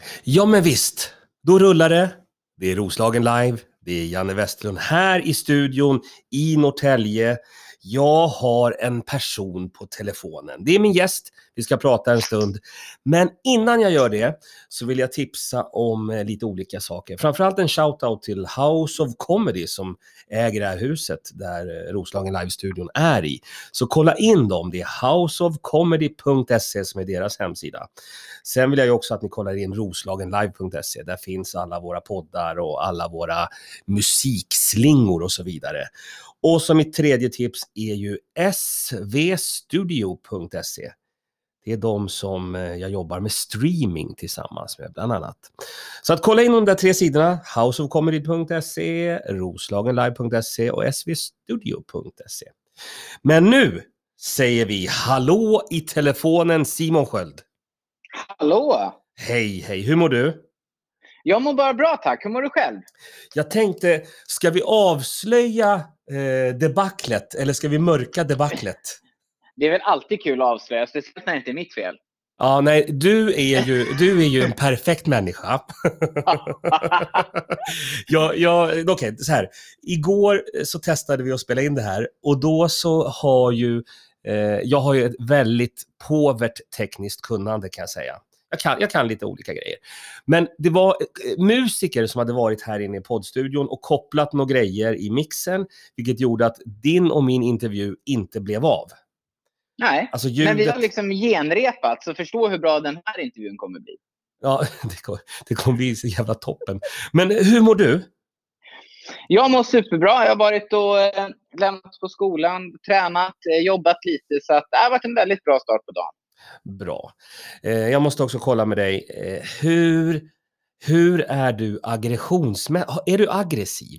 Ja men visst, då rullar det. Det är Roslagen live, det är Janne Westerlund här i studion i Norrtälje. Jag har en person på telefonen. Det är min gäst, vi ska prata en stund. Men innan jag gör det så vill jag tipsa om lite olika saker. Framförallt en shoutout till House of Comedy som äger det här huset där Roslagen Live-studion är i. Så kolla in dem, det är houseofcomedy.se som är deras hemsida. Sen vill jag ju också att ni kollar in roslagenlive.se. Där finns alla våra poddar och alla våra musikslingor och så vidare. Och som mitt tredje tips är ju svstudio.se. Det är de som jag jobbar med streaming tillsammans med bland annat. Så att kolla in de där 3 sidorna. houseofcomedy.se, roslagenlive.se och svstudio.se. Men nu säger vi hallå i telefonen Simon Sköld. Hallå! Hej, hur mår du? Jag mår bara bra tack, hur mår du själv? Jag tänkte, ska vi avslöja debaclet eller ska vi mörka debaclet? Det är väl alltid kul att avslöja, speciellt när det inte är mitt fel. Ja, nej, du är ju en perfekt människa. Okej, så här. Igår så testade vi att spela in det här och då så har ju jag har ju ett väldigt påvert tekniskt kunnande kan jag säga. Jag kan lite olika grejer. Men det var musiker som hade varit här inne i poddstudion och kopplat några grejer i mixen, vilket gjorde att din och min intervju inte blev av. Nej, alltså ljudet... men vi har liksom genrepat, så förstå hur bra den här intervjun kommer bli. Ja, det kommer bli så jävla toppen. Men hur mår du? Jag mår superbra. Jag har varit och lämnat på skolan, tränat, jobbat lite. Så att det har varit en väldigt bra start på dagen. Bra. Jag måste också kolla med dig. Hur är du Är du aggressiv?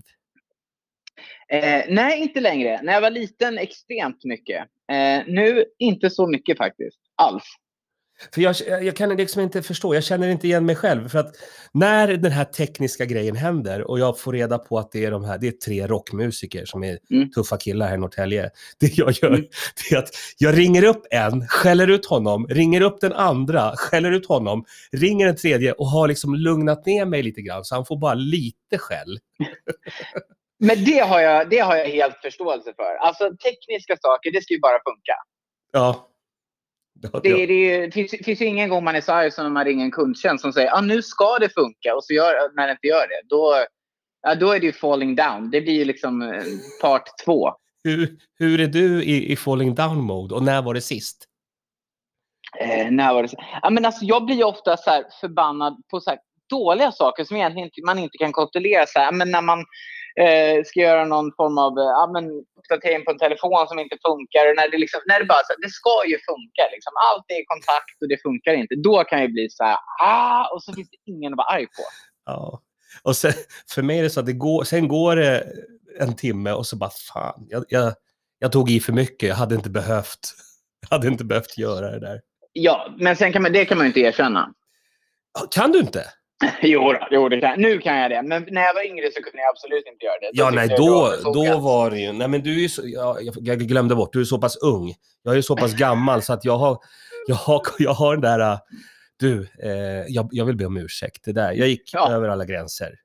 Nej, inte längre. När jag var liten extremt mycket. Nu inte så mycket faktiskt. Alls. För jag kan liksom inte förstå, jag känner inte igen mig själv. För att när den här tekniska grejen händer och jag får reda på att det är 3 rockmusiker som är tuffa killar här i Norrtälje. Det jag gör det är att jag ringer upp en, skäller ut honom, ringer upp den andra, skäller ut honom, ringer den tredje och har liksom lugnat ner mig lite grann så han får bara lite skäll. Men det har jag helt förståelse för. Alltså tekniska saker, det ska ju bara funka. Ja. Det finns ju ingen gång man är så arg som när man ringer en kundtjänst som säger nu ska det funka och så när det inte gör det då är det ju falling down. Det blir ju liksom part 2. Hur är du i falling down mode och när var det sist? Men alltså jag blir ofta så här förbannad på så här dåliga saker som egentligen man inte kan kontrollera så här, men när man ska göra någon form av uppdatering på en telefon som inte funkar och när det bara så här, det ska ju funka liksom. Allt är i kontakt och det funkar inte. Då kan jag bli så här och så finns det ingen att vara arg på. Ja. Och sen, för mig är det så att sen går det en timme och så bara fan, jag tog i för mycket. Jag hade inte behövt göra det där. Ja, men sen kan man ju inte erkänna. Kan du inte? Jo, det kan. Nu kan jag det. Men när jag var yngre så kunde jag absolut inte göra det. Då var det ju... Nej, men du är ju så... Jag glömde bort. Du är så pass ung. Jag är så pass gammal så att jag har den där... jag vill be om ursäkt. Det där. Jag gick över alla gränser.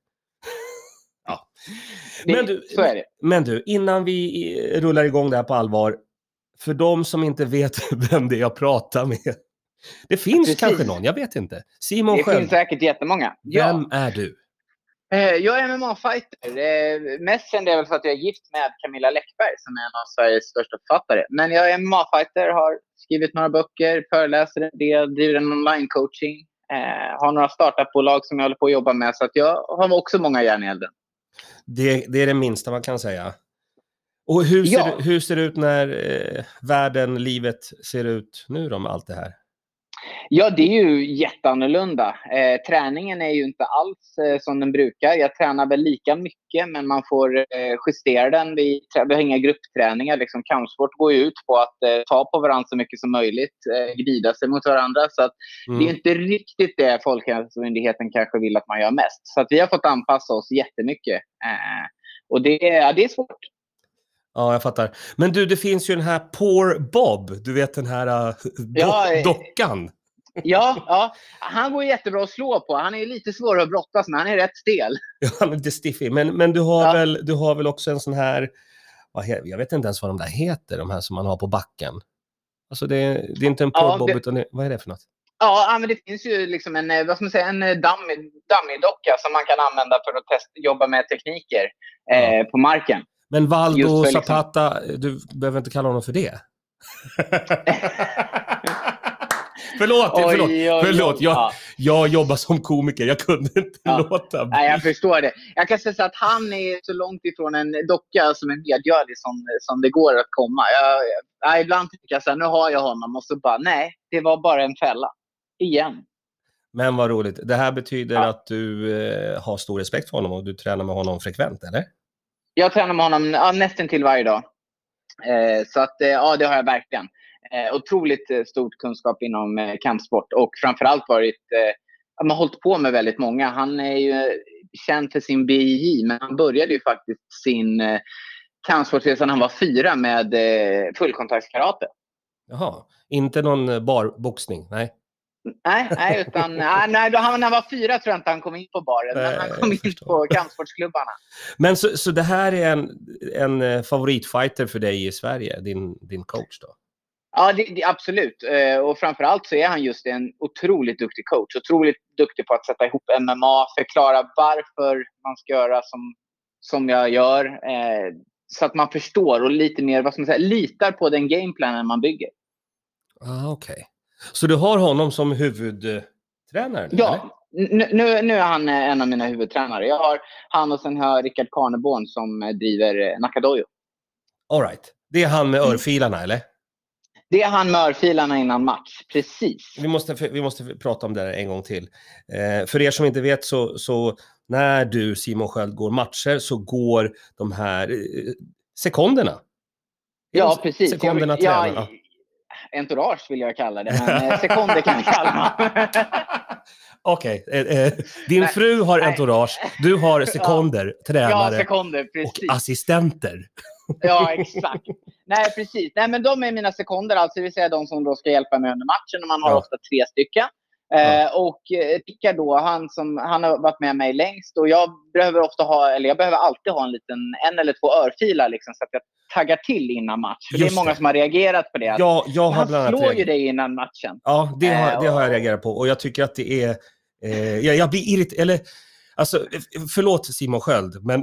Ja. Så är det. Men du, innan vi rullar igång det här på allvar. För de som inte vet vem det är jag pratar med. Det finns kanske någon, jag vet inte. Simon Sköld. Det finns säkert jättemånga. Vem är du? Jag är MMA-fighter. Mest känd är väl för att jag är gift med Camilla Läckberg som är en av Sveriges största författare. Men jag är MMA-fighter, har skrivit några böcker, föreläser en del, driver en online-coaching. Har några startup-bolag som jag håller på att jobba med. Så att jag har också många järn i elden. Det är det minsta man kan säga. Och hur ser det ut när livet ser ut nu då med allt det här? Ja, det är ju jätteannorlunda. Träningen är ju inte alls som den brukar. Jag tränar väl lika mycket, men man får justera den. Vi har inga gruppträningar. Liksom, kampsport går ju ut på att ta på varandra så mycket som möjligt. Glida sig mot varandra. Så att det är inte riktigt det Folkhälsomyndigheten kanske vill att man gör mest. Så att vi har fått anpassa oss jättemycket. Och det är svårt. Ja, jag fattar. Men du, det finns ju den här Poor Bob. Du vet den här dockan. Ja, han går jättebra att slå på. Han är lite svår att brottas med. Han är rätt stel. Ja, han är lite stiffig. Men du har väl också en sån här, jag vet inte ens vad de där heter, de här som man har på backen. Alltså det är inte en porrbob, utan vad är det för något? Ja, men det finns ju liksom en dummy-docka som man kan använda för att jobba med tekniker på marken. Men Valdo Zapata, du behöver inte kalla honom för det. Förlåt. Jag jobbar som komiker. Jag kunde inte låta bli. Nej, jag förstår det. Jag kan säga att han är så långt ifrån en docka som är medgörlig som det går att komma. Ibland tycker jag så här, nu har jag honom, och så bara, nej, det var bara en fälla. Igen. Men vad roligt. Det här betyder att du har stor respekt för honom och du tränar med honom frekvent, eller? Jag tränar med honom nästan till varje dag. Så att, det har jag verkligen. Otroligt stort kunskap inom kampsport, och framförallt man har hållit på med väldigt många. Han är ju känd för sin BJJ, men han började ju faktiskt sin kampsportresa när han var 4 med fullkontaktskarate. Jaha, inte någon barboxning, nej. Nej, utan när han var 4 tror jag inte han kom in på baren, men han kom in på kampsportsklubbarna. Men så det här är en favoritfighter för dig i Sverige, din coach då? Ja, det absolut. Och framförallt så är han just en otroligt duktig coach. Otroligt duktig på att sätta ihop MMA, förklara varför man ska göra som jag gör. Så att man förstår och lite mer, litar på den gameplanen man bygger. Okej. Så du har honom som huvudtränare? Ja, nu är han en av mina huvudtränare. Jag har han, och sen har jag Rickard Karneborn som driver Nakadojo. All right. Det är han med örfilarna, eller? Det är han med örfilarna innan match, precis. Vi måste prata om det här en gång till. För er som inte vet så när du, Simon Sköld, går matcher så går de här sekunderna. Ja, precis. Sekunderna tränarna. Entourage vill jag kalla det, men sekunder kan jag kalla. Okej. Din fru har entourage, du har sekunder, tränare sekunder, precis. Och assistenter. Ja, exakt. Nej, precis. Nej, men de är mina sekunder, alltså det vill säga de som då ska hjälpa mig under matchen, och man har ofta 3 stycken. Och Rickard då, han har varit med mig längst, och jag behöver alltid ha en eller 2 örfilar liksom, så att jag taggar till innan match. För det är många som har reagerat på det. Jag har han slår ju dig innan matchen. Ja, det har jag reagerat på, och jag tycker att det är jag blir irriterad, förlåt Simon Sköld, men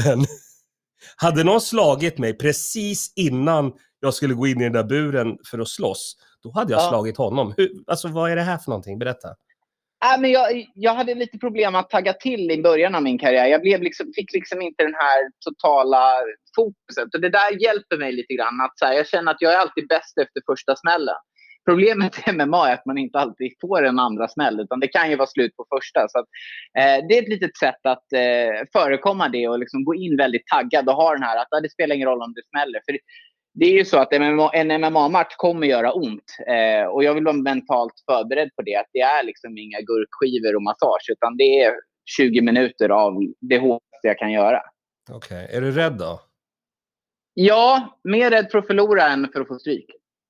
hade någon slagit mig precis innan jag skulle gå in i den där buren för att slåss, då hade jag slagit honom. Vad är det här för någonting? Berätta. Men jag hade lite problem att tagga till i början av min karriär. Jag fick inte den här totala fokuset. Och det där hjälper mig lite grann. Jag känner att jag är alltid bäst efter första smällen. Problemet med MMA är att man inte alltid får en andra smäll, utan det kan ju vara slut på första. Så att, det är ett litet sätt att förekomma det och liksom gå in väldigt taggad och ha den här att det spelar ingen roll om det smäller. För det är ju så att en MMA-match kommer göra ont. Och jag vill vara mentalt förberedd på det. Att det är liksom inga gurkskivor och massage, utan det är 20 minuter av det hårdaste jag kan göra. Okej. Är du rädd då? Ja, mer rädd för att förlora än för att få stryk.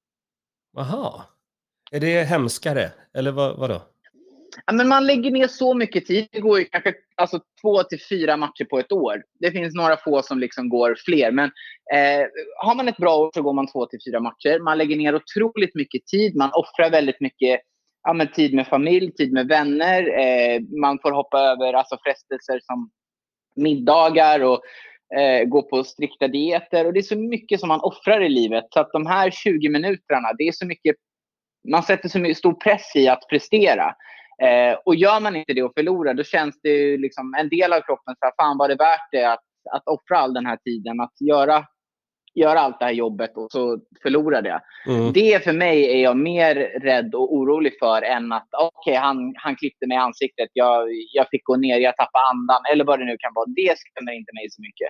Aha. Är det hemskare? Eller vadå? Ja, men man lägger ner så mycket tid. Det går ju kanske 2 till 4 matcher på ett år. Det finns några få som liksom går fler. Men har man ett bra år så går man 2 till 4 matcher. Man lägger ner otroligt mycket tid. Man offrar väldigt mycket tid med familj, tid med vänner. Man får hoppa över frestelser som middagar och gå på strikta dieter. Och det är så mycket som man offrar i livet. Så att de här 20 minuterna, det är så mycket. Man sätter så mycket stor press i att prestera. Och gör man inte det och förlorar, då känns det ju liksom en del av kroppen så här, fan var det värt det att offra all den här tiden, att göra allt det här jobbet och så förlora det. Det för mig är jag mer rädd och orolig för än att han klippte mig i ansiktet, jag fick gå ner, jag tappade andan eller vad det nu kan vara. Det skrämmer inte mig så mycket.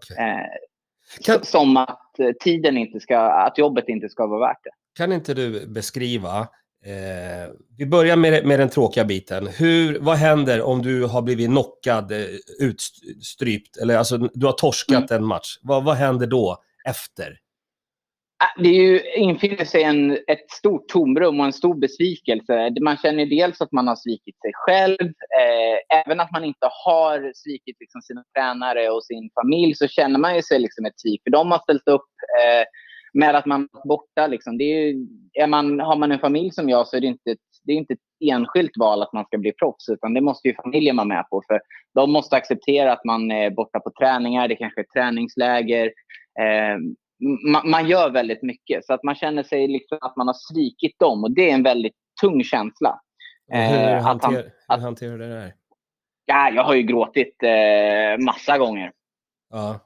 Okay. Som att att jobbet inte ska vara värt det. Kan inte du beskriva, vi börjar med den tråkiga biten. Vad händer om du har blivit knockad, utstrypt, eller du har torskat en match? Vad händer då efter? Det är ju infinner sig ett stort tomrum och en stor besvikelse. Man känner dels att man har svikit sig själv. Även att man inte har svikit liksom sina tränare och sin familj, så känner man ju sig liksom ett svik. För de har ställt upp med att man är borta. Liksom. Det är ju, har man en familj som jag, så är det är inte ett enskilt val att man ska bli proffs. Utan det måste ju familjen vara med på. För de måste acceptera att man är borta på träningar. Det kanske är träningsläger. Man gör väldigt mycket, så att man känner sig liksom att man har svikit dem, och det är en väldigt tung känsla. Hur hanterar du det där? Ja, jag har ju gråtit massa gånger. Ja.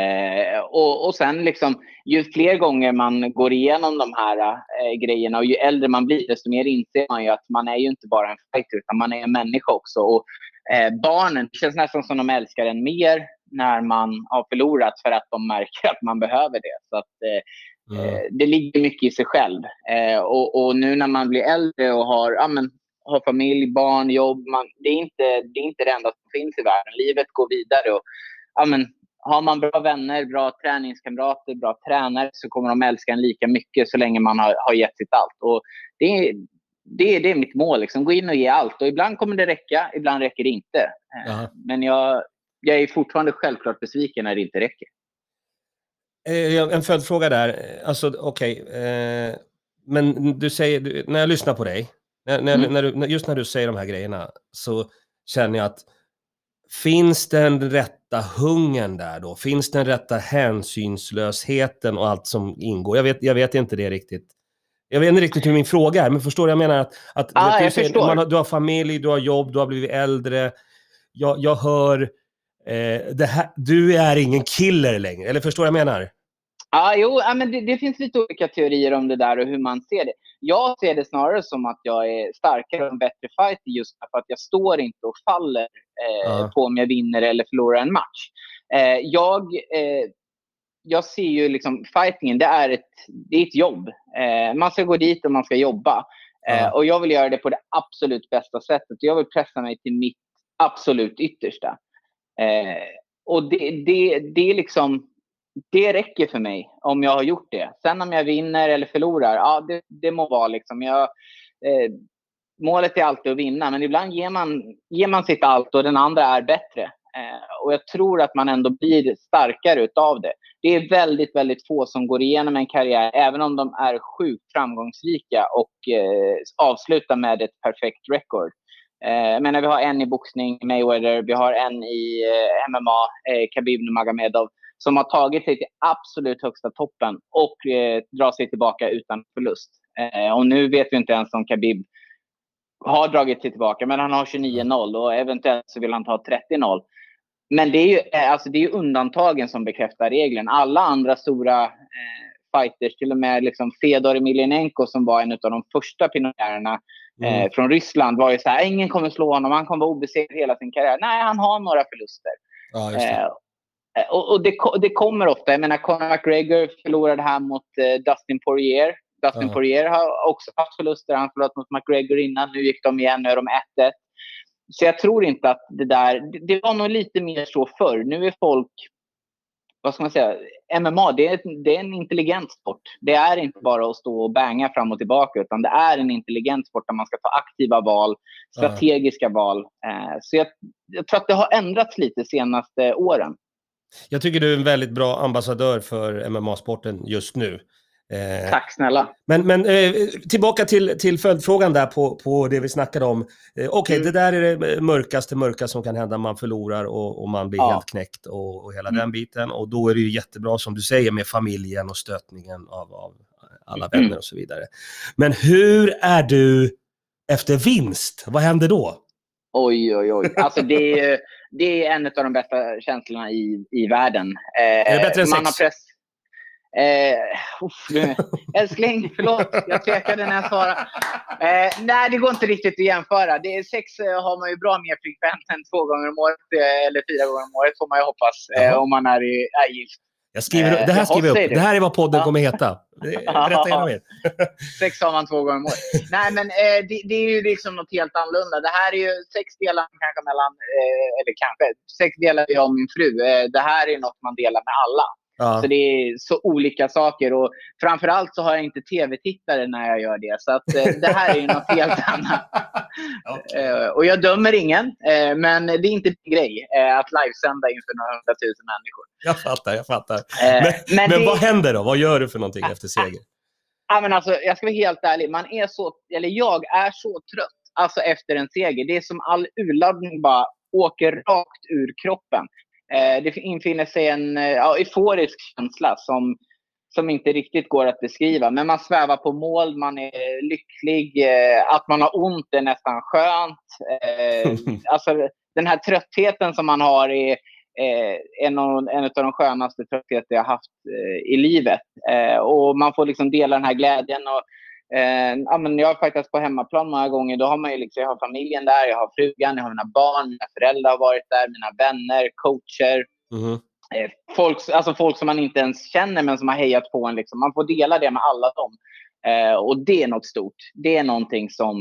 Och sen liksom, ju fler gånger man går igenom de här grejerna, och ju äldre man blir, desto mer inser man ju att man är ju inte bara en fighter, utan man är en människa också. Och barnen, det känns nästan som de älskar en mer när man har förlorat, för att de märker att man behöver det. Så att det ligger mycket i sig själv. Och nu när man blir äldre och har familj, barn, jobb, det är inte det enda som finns i världen. Livet går vidare, och har man bra vänner, bra träningskamrater, bra tränare, så kommer de älska en lika mycket så länge man har gett sitt allt. Och det är mitt mål, liksom. Gå in och ge allt. Och ibland kommer det räcka, ibland räcker det inte. Men jag är fortfarande självklart besviken när det inte räcker. En följdfråga där. Alltså, okej. Men du säger, när jag lyssnar på dig, just när du säger de här grejerna, så känner jag att finns den rätta hungern där då? Finns den rätta hänsynslösheten och allt som ingår? Jag vet inte det riktigt. Jag vet inte riktigt hur min fråga är, men förstår du? Jag menar att du har familj, du har jobb, du har blivit äldre. Jag hör det här, du är ingen killer längre. Eller förstår du vad jag menar? Men det finns lite olika teorier om det där och hur man ser det. Jag ser det snarare som att jag är starkare och en bättre fighter, just för att jag står inte och faller på om jag vinner eller förlorar en match. Jag ser ju liksom fightingen, det är ett jobb. Man ska gå dit och man ska jobba. Och jag vill göra det på det absolut bästa sättet. Jag vill pressa mig till mitt absolut yttersta. Och det är liksom, det räcker för mig om jag har gjort det. Sen om jag vinner eller förlorar, det må vara liksom. Målet är alltid att vinna, men ibland ger man sitt allt och den andra är bättre. Och jag tror att man ändå blir starkare utav det. Det är väldigt, väldigt få som går igenom en karriär, även om de är sjukt framgångsrika, och avslutar med ett perfekt record. Men vi har en i boxning, Mayweather, vi har en i MMA, Khabib Nurmagomedov, som har tagit sig till absolut högsta toppen och drar sig tillbaka utan förlust. Och nu vet vi inte ens om Khabib har dragit sig tillbaka, men han har 29-0 och eventuellt så vill han ta 30-0. Men det är ju undantagen som bekräftar regeln. Alla andra stora fighters, till och med liksom Fedor Emelianenko, som var en av de första pionjärerna från Ryssland, var ju så här: ingen kommer slå honom, han kommer vara obesegrad hela sin karriär. Nej, han har några förluster. Ja, just det. Och det kommer ofta. Jag menar, Conor McGregor förlorade här mot Dustin Poirier. Dustin Poirier har också haft förluster. Han förlorat mot McGregor innan. Nu gick de igen, nu är de 1-1. Så jag tror inte att det var nog lite mer så förr. Nu är folk, vad ska man säga, MMA, det är en intelligent sport. Det är inte bara att stå och banga fram och tillbaka, utan det är en intelligent sport där man ska ta aktiva val, strategiska val. Så jag tror att det har ändrats lite senaste åren. Jag tycker du är en väldigt bra ambassadör för MMA-sporten just nu. Tack snälla. Men tillbaka till följdfrågan där på det vi snackade om. Det där är det mörka som kan hända. Man förlorar och man blir helt knäckt och hela den biten. Och då är det ju jättebra, som du säger, med familjen och stöttningen av alla vänner och så vidare. Men hur är du efter vinst? Vad händer då? Oj. Alltså det är en av de bästa känslorna i världen. Är det bättre än sex? Älskling, förlåt, jag tvekade när jag svarade. Nej, det går inte riktigt att jämföra. Sex har man ju bra mer frekvent än 2 gånger om året, eller 4 gånger om året får man ju hoppas, om man är gift. Jag skriver, det här skriver jag upp. Det här är vad podden kommer heta. Berätta gärna mer. 6 har man 2 gånger om året. Nej, men det är ju liksom något helt annorlunda. Det här är ju 6 delar kanske 6 delar jag och min fru. Det här är något man delar med alla. Ja. Så det är så olika saker. Och framförallt så har jag inte tv-tittare när jag gör det. Så att det här är ju något helt annat. Okay. Och jag dömer ingen. Men det är inte en grej att livesända inför några 100 000 människor. Jag fattar. Men vad händer då? Vad gör du för någonting efter seger? Ja, men alltså, jag ska vara helt ärlig. Jag är så trött alltså, efter en seger. Det är som all urladdning bara åker rakt ur kroppen. Det infinner sig en euforisk känsla som inte riktigt går att beskriva. Men man svävar på mål, man är lycklig. Att man har ont är nästan skönt. Alltså, den här tröttheten som man har är en av de skönaste tröttheter jag haft i livet. Och man får liksom dela den här glädjen. Och, men jag har faktiskt på hemmaplan många gånger. Då har man ju liksom, jag har familjen där, jag har frugan, jag har mina barn, mina föräldrar har varit där, mina vänner, coacher. Folk som man inte ens känner men som har hejat på en. Liksom. Man får dela det med alla dem. Och det är något stort. Det är någonting som...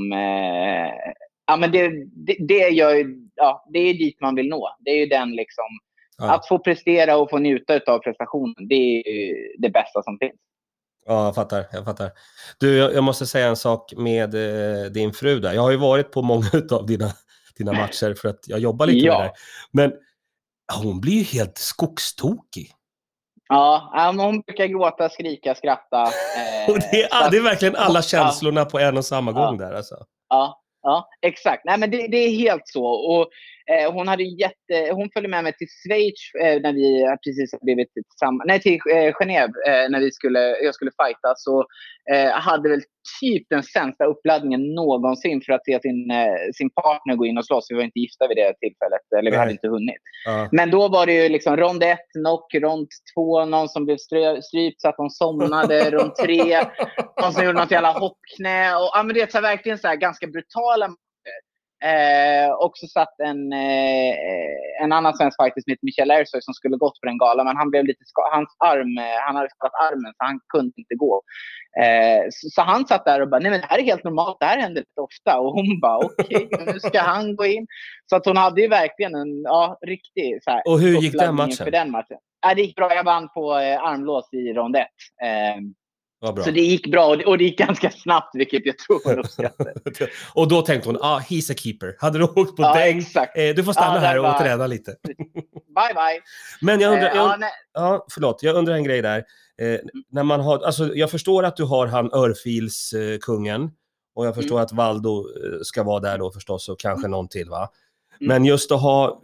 det är dit man vill nå. Det är ju den liksom... Ja. Att få prestera och få njuta av prestationen, det är ju det bästa som finns. Ja, jag fattar. Du, jag måste säga en sak med din fru där. Jag har ju varit på många av dina matcher för att jag jobbar lite med det där. Men hon blir ju helt skogstokig. Ja, hon brukar gråta, skrika, skratta. Och det är verkligen alla känslorna på en och samma gång där alltså. Ja, exakt. Nej, men det är helt så. Och hon följde med mig till Schweiz när vi precis blivit tillsammans. Nej, till Genève när jag skulle fighta. Så hade väl typ den sämsta uppladdningen någonsin för att se sin partner gå in och slåss. Vi var inte gifta vid det tillfället. Eller vi hade inte hunnit. Men då var det ju liksom rond 1, knock, rond 2, någon som blev strypt så att de somnade, rond 3, någon som gjorde något jävla hoppknä. Och men det är så verkligen så här ganska brutala. Och så satt en annan svensk fighter som heter Michel Ersoy som skulle gått på den galan, men han blev lite han hade skadat armen så han kunde inte gå. Så han satt där och bara, nej men det här är helt normalt, det här händer lite ofta. Och hon bara, okej, nu ska han gå in. Så att hon hade ju verkligen en riktig så här. Och hur gick den matchen? För den matchen. Det gick bra, jag vann på armlås i rond 1. Så det gick bra och det gick ganska snabbt, vilket jag tror hon uppskattade. Och då tänkte hon, he's a keeper. Hade du åkt på däng, du får stanna här och träna lite. Bye bye. Men jag undrar, jag undrar en grej där. När man har, alltså jag förstår att du har han Örfils kungen och jag förstår att Valdo ska vara där då förstås och kanske någon till, va? Men just att ha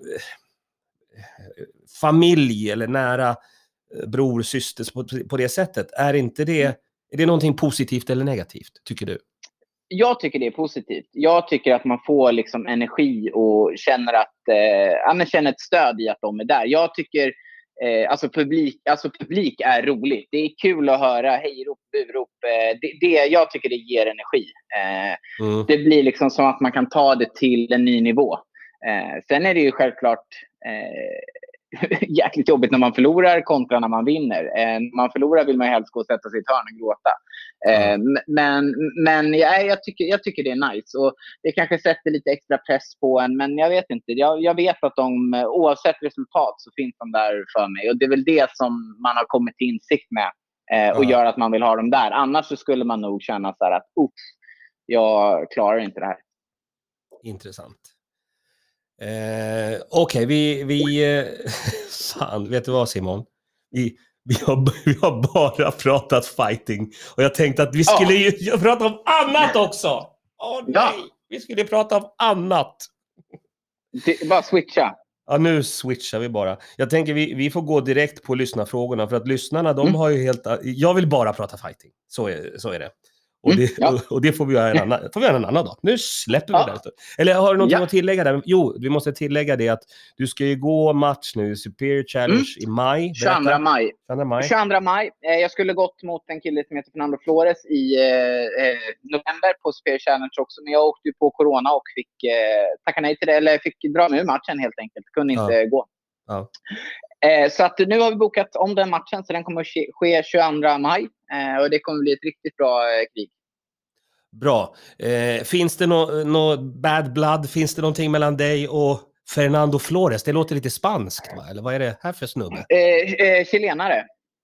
familj eller nära bror, syster på det sättet, är det någonting positivt eller negativt, tycker du? Jag tycker det är positivt. Jag tycker att man får liksom energi och känner ett stöd i att de är där. Jag tycker publik är roligt. Det är kul att höra hejrop, burop. Jag tycker det ger energi. Det blir liksom som att man kan ta det till en ny nivå. Sen är det ju självklart jäkligt jobbigt när man förlorar kontra när man vinner. När man förlorar vill man helst gå och sätta sig i ett hörn och gråta. Men jag tycker det är nice. Och det kanske sätter lite extra press på en. Men jag vet inte. Jag vet att oavsett resultat så finns de där för mig. Och det är väl det som man har kommit till insikt med. Och gör att man vill ha dem där. Annars så skulle man nog känna så här att jag klarar inte det här. Intressant. Okej, vi fan, vet du vad Simon? Vi har bara pratat fighting och jag tänkte att vi skulle ju prata om annat också. Nej, vi skulle prata om annat. Bara switcha. Ja, nu switchar vi bara. Jag tänker vi får gå direkt på lyssnarfrågorna för att lyssnarna, de har ju jag vill bara prata fighting. Så är det. Och det får vi göra en annan dag. Nu släpper vi det. Eller har du någonting att tillägga där? Jo, vi måste tillägga det att du ska ju gå match nu, Superior Challenge i maj. 22 maj. Jag skulle gått mot en kille som heter Fernando Flores i november på Superior Challenge också. Men jag åkte ju på corona och fick tacka nej till det. Eller fick dra med ur matchen helt enkelt. Kunde inte gå. Ja. Så att nu har vi bokat om den matchen, så den kommer ske 22 maj och det kommer bli ett riktigt bra krig. Bra. Finns det bad blood? Finns det någonting mellan dig och Fernando Flores? Det låter lite spanskt, va? Eller vad är det här för snubbe? Chilenare.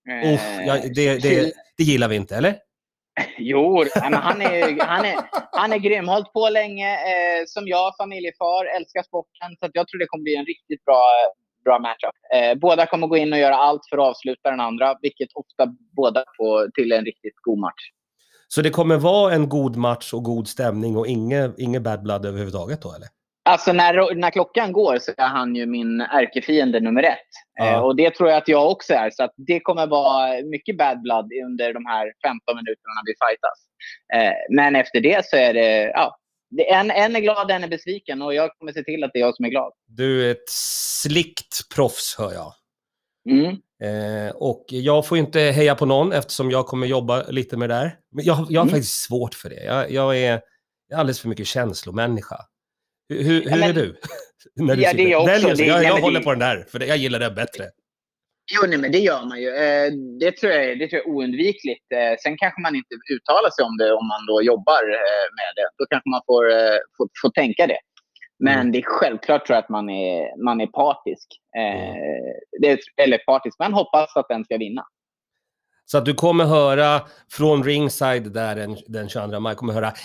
Det gillar vi inte, eller? Jo, men han är grym. Hållit på länge. Som jag, familjefar, älskar sporten. Så att jag tror det kommer bli en riktigt bra matchup. Båda kommer gå in och göra allt för att avsluta den andra. Vilket ofta båda får till en riktigt god match. Så det kommer vara en god match och god stämning och inget bad blood överhuvudtaget då, eller? Alltså när klockan går så är han ju min ärkefiende nummer 1. Ja. Och det tror jag att jag också är. Så att det kommer vara mycket bad blood under de här 15 minuterna när vi fightas. Men efter det så är det... Ja, en är glad, en är besviken. Och jag kommer se till att det är jag som är glad. Du är ett slickt proffs, hör jag. Mm. Och jag får inte heja på någon eftersom jag kommer jobba lite med det där. Men jag har faktiskt svårt för det. Jag är alldeles för mycket känslomänniska. Hur är du? När du det är jag också. Jag håller på den där, för jag gillar det bättre. Jo, nej, men det gör man ju. Det tror jag är oundvikligt. Sen kanske man inte uttalar sig om det om man då jobbar med det. Då kanske man får tänka det. Men det är självklart tror jag att man är partisk. Eller partisk, men hoppas att den ska vinna. Så att du kommer höra från ringside där den 22 maj kommer höra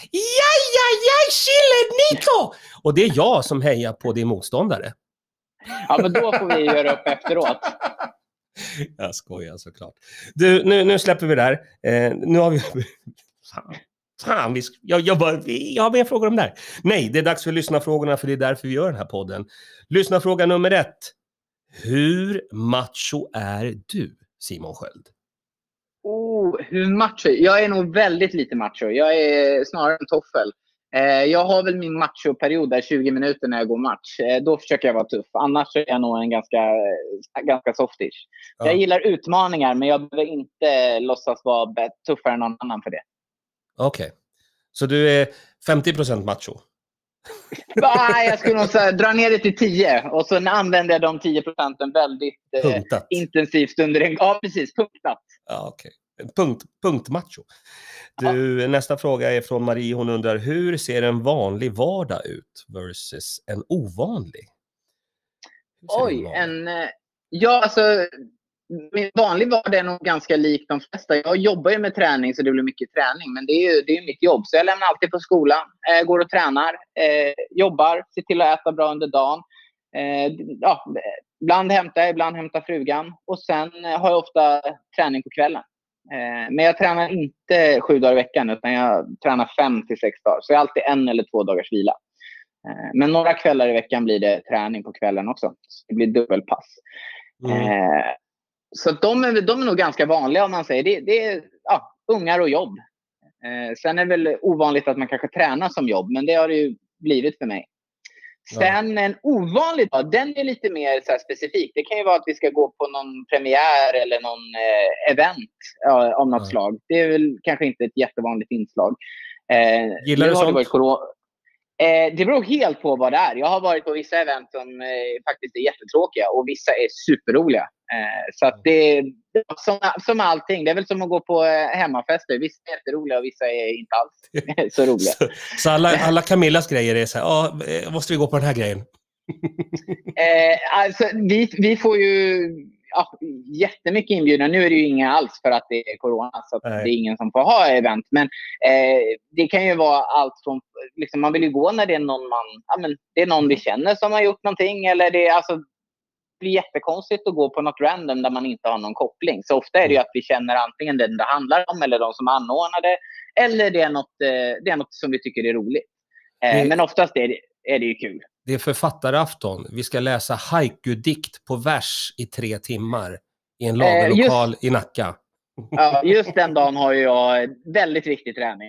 Chile Nico! Och det är jag som hejar på din motståndare. Ja, men då får vi göra upp efteråt. Jag skojar såklart. Du, nu släpper vi där. Nu har vi... Fan, jag har mer frågor om det här. Nej, det är dags för lyssnarfrågorna, för det är därför vi gör den här podden. Lyssnarfråga nummer 1. Hur macho är du, Simon Sköld? Hur macho? Jag är nog väldigt lite macho. Jag är snarare en toffel. Jag har väl min machoperiod där 20 minuter när jag går match. Då försöker jag vara tuff. Annars är jag nog en ganska softish. Ja. Jag gillar utmaningar, men jag behöver inte låtsas vara tuffare än någon annan för det. Okej. Så du är 50% macho? Jag skulle nog säga, dra ner det till 10. Och så använder jag de 10% väldigt intensivt under en... Ja, precis. Punktat. Ja, okej. Punktmacho. Nästa fråga är från Marie. Hon undrar, hur ser en vanlig vardag ut versus en ovanlig? Min vanlig vardag är nog ganska lik de flesta. Jag jobbar ju med träning så det blir mycket träning. Men det är ju mitt jobb. Så jag lämnar alltid på skolan. Går och tränar. Jobbar. Ser till att äta bra under dagen. Ibland hämtar frugan. Och sen har jag ofta träning på kvällen. Men jag tränar inte 7 dagar i veckan, utan jag tränar 5 till 6 dagar. Så jag har alltid 1 eller 2 dagars vila. Men några kvällar i veckan blir det träning på kvällen också. Så det blir dubbelpass. Så de är nog ganska vanliga om man säger. Det är ungar och jobb. Sen är det väl ovanligt att man kanske tränar som jobb, men det har det ju blivit för mig. Sen en ovanlig dag, den är lite mer så här specifik. Det kan ju vara att vi ska gå på någon premiär eller någon event om något slag. Det är väl kanske inte ett jättevanligt inslag. Gillar du sånt? Det beror helt på vad det är. Jag har varit på vissa event som faktiskt är jättetråkiga och vissa är superroliga. Så att det är som allting. Det är väl som att gå på hemmafester. Vissa är jätteroliga och vissa är inte alls så roliga. Så alla Camillas grejer är så här, måste vi gå på den här grejen? Alltså, vi får ju jättemycket inbjudna. Nu är det ju inga alls för att det är corona, så att det är ingen som får ha event. Men det kan ju vara allt från, liksom, man vill ju gå när det är någon det är någon vi känner som har gjort någonting, eller det blir jättekonstigt att gå på något random där man inte har någon koppling. Så ofta är det ju att vi känner antingen den det handlar om eller de som anordnar det, eller det är något som vi tycker är roligt. Men oftast är det ju kul. Det är författarafton. Vi ska läsa haiku-dikt på vers i 3 timmar i en lagerlokal i Nacka. Ja, just den dagen har jag väldigt viktig träning.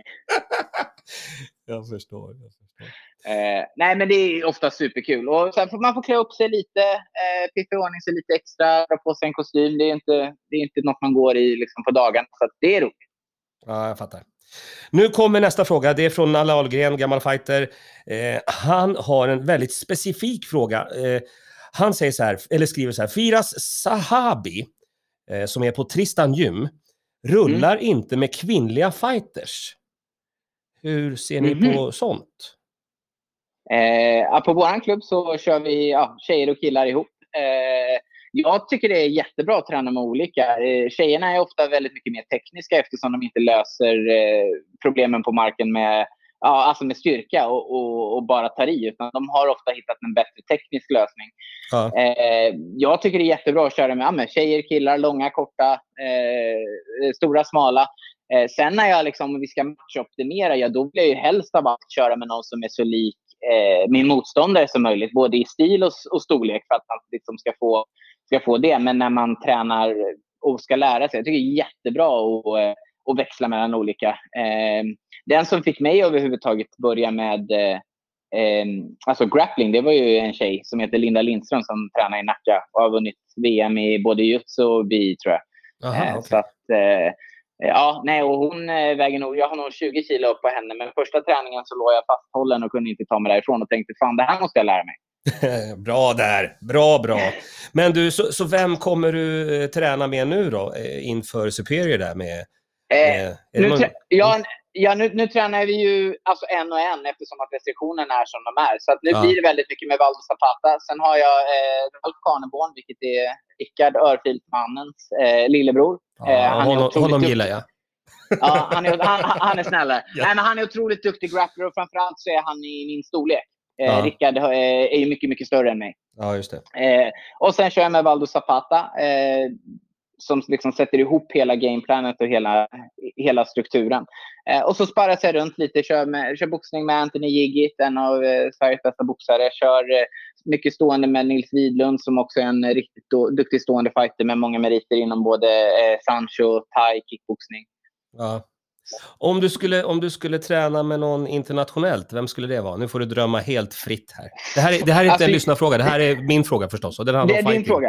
Jag förstår. Nej, men det är ofta superkul. Och sen får man få klä upp sig lite, piffa i ordning sig lite extra, dra på sig en kostym. Det är inte något man går i liksom på dagen, så att det är roligt. Ja, jag fattar. Nu kommer nästa fråga. Det är från Nalle Ahlgren, gammal fighter. Han har en väldigt specifik fråga. Han säger så här, eller skriver så här: Firas Sahabi, som är på Tristan Gym, rullar inte med kvinnliga fighters. Hur ser ni på sånt? På våran klubb så kör vi tjejer och killar ihop. Jag tycker det är jättebra att träna med olika. Tjejerna är ofta väldigt mycket mer tekniska eftersom de inte löser problemen på marken med, alltså med styrka och bara tar i. Utan de har ofta hittat en bättre teknisk lösning. Ja. Jag tycker det är jättebra att köra med tjejer, killar, långa, korta, stora, smala. Sen när jag liksom, om vi ska matchoptimera, då vill jag ju helst av allt köra med någon som är så lik min motståndare som möjligt. Både i stil och storlek för att man liksom ska få det. Men när man tränar och ska lära sig, jag tycker det är jättebra att växla mellan olika. Den som fick mig överhuvudtaget börja med alltså grappling, det var ju en tjej som heter Linda Lindström som tränar i Nacka och har vunnit VM i både jutsu och bi, tror jag. Aha, okay. Så att och hon väger nog, jag har nog 20 kilo upp på henne, men första träningen så låg jag fasthållen och kunde inte ta mig därifrån och tänkte, fan, det här måste jag lära mig. Bra där, bra. Men du, så vem kommer du träna med nu då inför Superior där med? Nu tränar vi ju alltså en och en eftersom att restriktionerna är som de är. Så att nu blir det väldigt mycket med Valdo Zapata. Sen har jag Ralf Karneborn, vilket är Rickard Örfiltmannens lillebror. Honom gillar jag. Ja, han är snällare. Ja. Nej, men han är otroligt duktig grappler och framförallt så är han i min storlek. Rickard är ju mycket, mycket större än mig. Ja, just det. Och sen kör jag med Valdo Zapata som liksom sätter ihop hela gameplanet och hela strukturen. Och så sparrar jag runt lite, kör boxning med Anthony Jiggit, en av Sveriges bästa boxare. Kör mycket stående med Nils Widlund som också är en riktigt duktig stående fighter med många meriter inom både Sancho, Thai, kickboxning. Ja. Om du skulle träna med någon internationellt, vem skulle det vara? Nu får du drömma helt fritt här. Det här är inte en lyssnarfråga, det här är min fråga förstås. Och det är din fråga.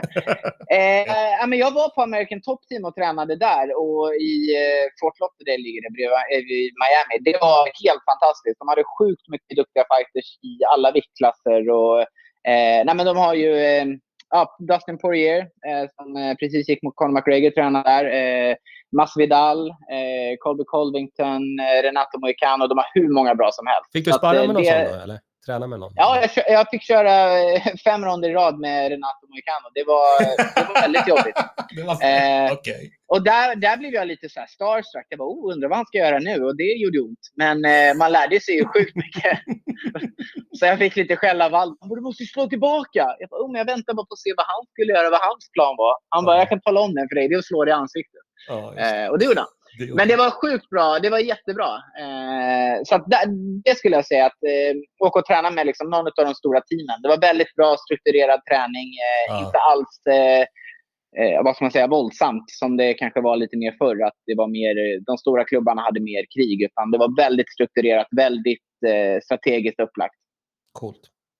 Men jag var på American Top Team och tränade där. Och i Fort Lauderdale ligger det bredvid Miami. Det var helt fantastiskt. De hade sjukt mycket duktiga fighters i alla viktklasser. Och, men de har ju Dustin Poirier som precis gick mot Conor McGregor, tränade där. Masvidal, Colby Covington, Renato Moicano. De har hur många bra som helst. Fick du sparra med någon sån då, eller? Träna med någon? Ja, jag fick köra 5 ronder i rad med Renato Moicano. Det var väldigt jobbigt. Okay. Och där blev jag lite så här starstruck. Jag bara, undrar vad han ska göra nu. Och det gjorde ont. Men man lärde sig ju sjukt mycket. Så jag fick lite skäll av Valdo. Du måste ju slå tillbaka. Jag bara, men jag väntar bara på att se vad han skulle göra, vad hans plan var. Han bara, jag kan tala om den för dig. Det är att slå dig i ansiktet. Och det gjorde han. Men det var sjukt bra, det var jättebra. Så att det skulle jag säga, att åka och träna med liksom någon av de stora teamen. Det var väldigt bra strukturerad träning, inte alls vad ska man säga, våldsamt som det kanske var lite mer förr, att det var mer, de stora klubbarna hade mer krig, utan det var väldigt strukturerat, väldigt strategiskt upplagt. Coolt.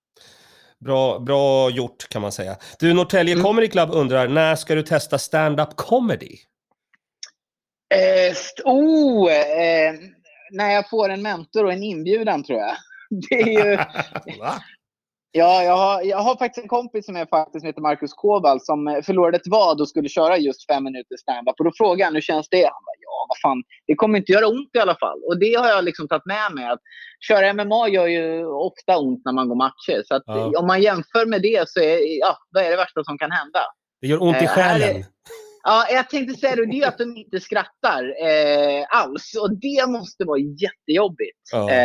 Bra gjort, kan man säga. Du, Norrtälje Comedy Club undrar, när ska du testa stand-up comedy? När jag får en mentor och en inbjudan, tror jag. Det är ju... Va? Ja, jag har faktiskt en kompis som heter Marcus Kåvall som förlorade ett vad och skulle köra just 5 minuter stand-up. Och då frågade han, hur känns det? Han bara, vad fan, det kommer inte göra ont i alla fall. Och det har jag liksom tagit med mig. Att köra MMA gör ju ofta ont när man går matcher. Så att om man jämför med det så vad är det värsta som kan hända? Det gör ont i själen. Ja, jag tänkte säga det är att de inte skrattar alls. Och det måste vara jättejobbigt.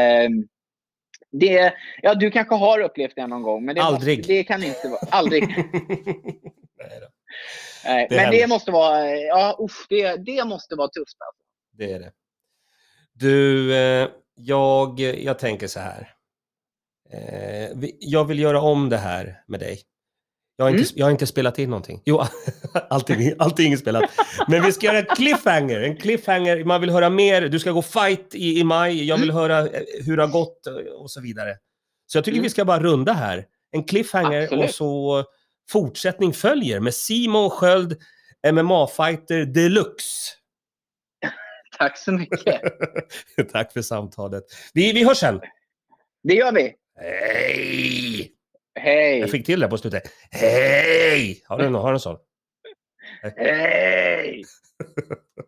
Du kanske har upplevt det någon gång. Men det kan inte vara. Aldrig. Nej, men det måste vara... det måste vara tufft. Alltså. Det är det. Du, jag tänker så här. Jag vill göra om det här med dig. Jag har inte spelat in någonting. Jo, allting är spelat. Men vi ska göra en cliffhanger. Man vill höra mer. Du ska gå fight i maj. Jag vill höra hur det har gått och så vidare. Så jag tycker vi ska bara runda här. En cliffhanger. Absolut. Och så fortsättning följer med Simon Sköld, MMA-fighter deluxe. Tack så mycket. Tack för samtalet. Vi hörs sen. Det gör vi. Hej! Hej. Jag fick till det på slutet. Hej! Har du en sån? Hej!